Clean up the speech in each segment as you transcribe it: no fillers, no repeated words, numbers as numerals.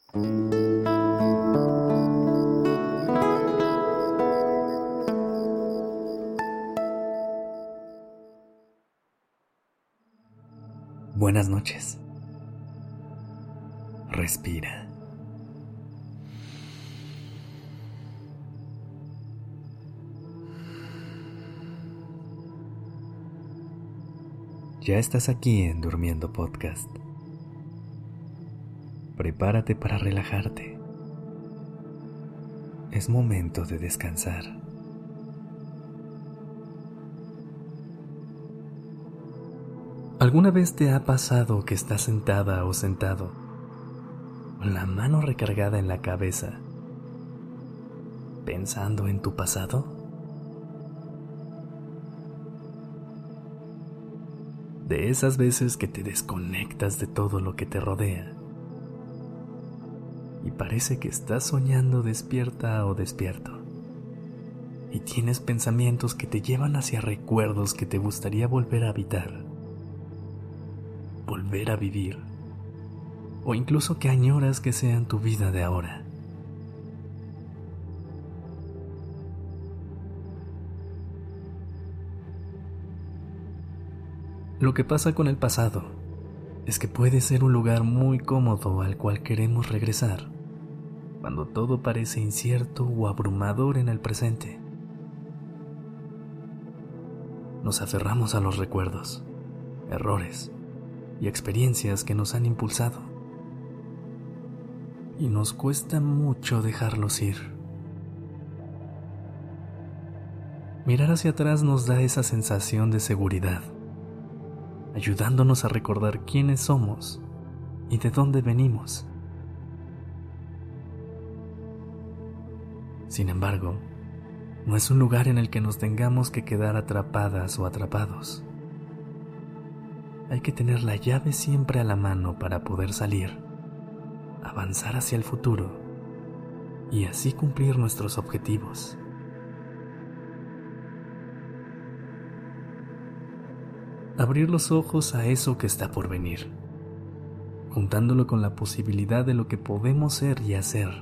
Buenas noches. Respira. Ya estás aquí en Durmiendo Podcast. Prepárate para relajarte. Es momento de descansar. ¿Alguna vez te ha pasado que estás sentada o sentado, con la mano recargada en la cabeza, pensando en tu pasado? De esas veces que te desconectas de todo lo que te rodea y parece que estás soñando despierta o despierto y tienes pensamientos que te llevan hacia recuerdos que te gustaría volver a habitar, volver a vivir, o incluso que añoras que sean tu vida de ahora. Lo que pasa con el pasado es que puede ser un lugar muy cómodo al cual queremos regresar, cuando todo parece incierto o abrumador en el presente. Nos aferramos a los recuerdos, errores y experiencias que nos han impulsado, y nos cuesta mucho dejarlos ir. Mirar hacia atrás nos da esa sensación de seguridad, ayudándonos a recordar quiénes somos y de dónde venimos. Sin embargo, no es un lugar en el que nos tengamos que quedar atrapadas o atrapados. Hay que tener la llave siempre a la mano para poder salir, avanzar hacia el futuro y así cumplir nuestros objetivos. Abrir los ojos a eso que está por venir, juntándolo con la posibilidad de lo que podemos ser y hacer.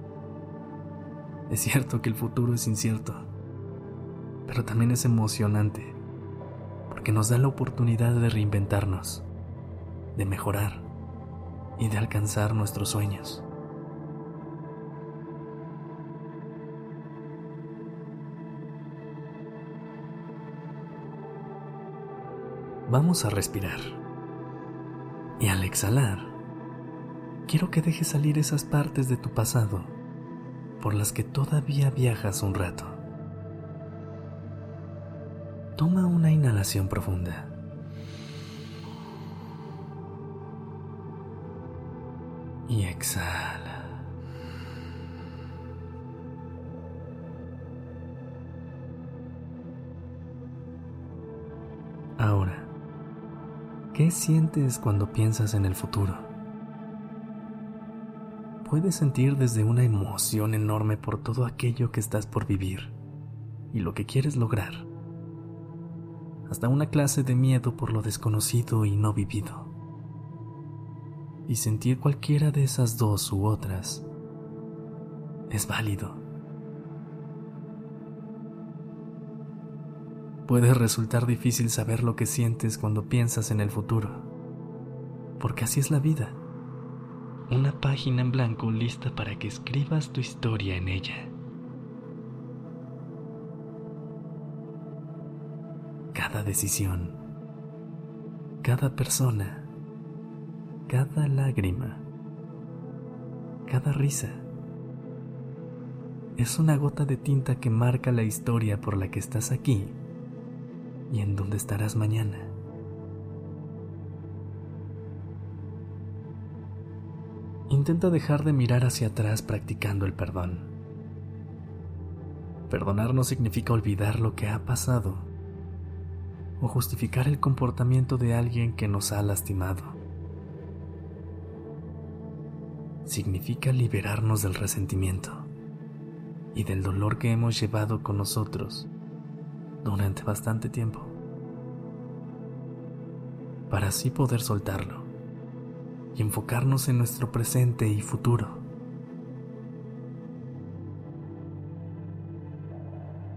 Es cierto que el futuro es incierto, pero también es emocionante, porque nos da la oportunidad de reinventarnos, de mejorar y de alcanzar nuestros sueños. Vamos a respirar. Y al exhalar, quiero que dejes salir esas partes de tu pasado por las que todavía viajas un rato. Toma una inhalación profunda. Y exhala. Ahora, ¿qué sientes cuando piensas en el futuro? Puedes sentir desde una emoción enorme por todo aquello que estás por vivir y lo que quieres lograr, hasta una clase de miedo por lo desconocido y no vivido. Y sentir cualquiera de esas dos u otras es válido. Puede resultar difícil saber lo que sientes cuando piensas en el futuro, porque así es la vida. Una página en blanco lista para que escribas tu historia en ella. Cada decisión, cada persona, cada lágrima, cada risa, es una gota de tinta que marca la historia por la que estás aquí y en donde estarás mañana. Intenta dejar de mirar hacia atrás practicando el perdón. Perdonar no significa olvidar lo que ha pasado o justificar el comportamiento de alguien que nos ha lastimado. Significa liberarnos del resentimiento y del dolor que hemos llevado con nosotros durante bastante tiempo, para así poder soltarlo y enfocarnos en nuestro presente y futuro.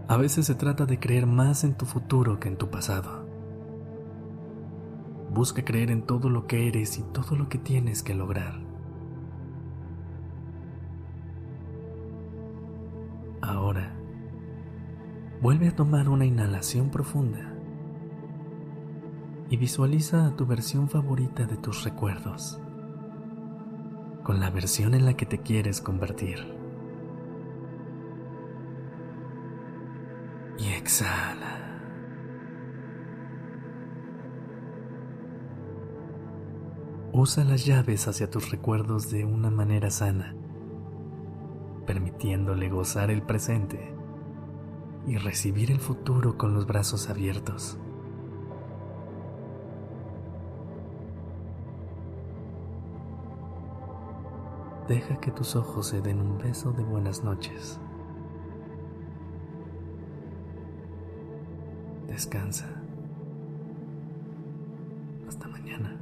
A veces se trata de creer más en tu futuro que en tu pasado. Busca creer en todo lo que eres y todo lo que tienes que lograr. Ahora, vuelve a tomar una inhalación profunda y visualiza a tu versión favorita de tus recuerdos, con la versión en la que te quieres convertir. Y exhala. Usa las llaves hacia tus recuerdos de una manera sana, permitiéndole gozar el presente y recibir el futuro con los brazos abiertos. Deja que tus ojos se den un beso de buenas noches. Descansa. Hasta mañana.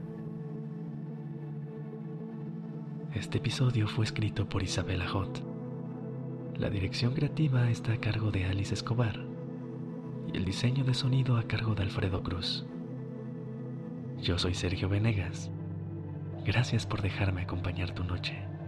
Este episodio fue escrito por Isabela Hot. La dirección creativa está a cargo de Alice Escobar y el diseño de sonido a cargo de Alfredo Cruz. Yo soy Sergio Venegas. Gracias por dejarme acompañar tu noche.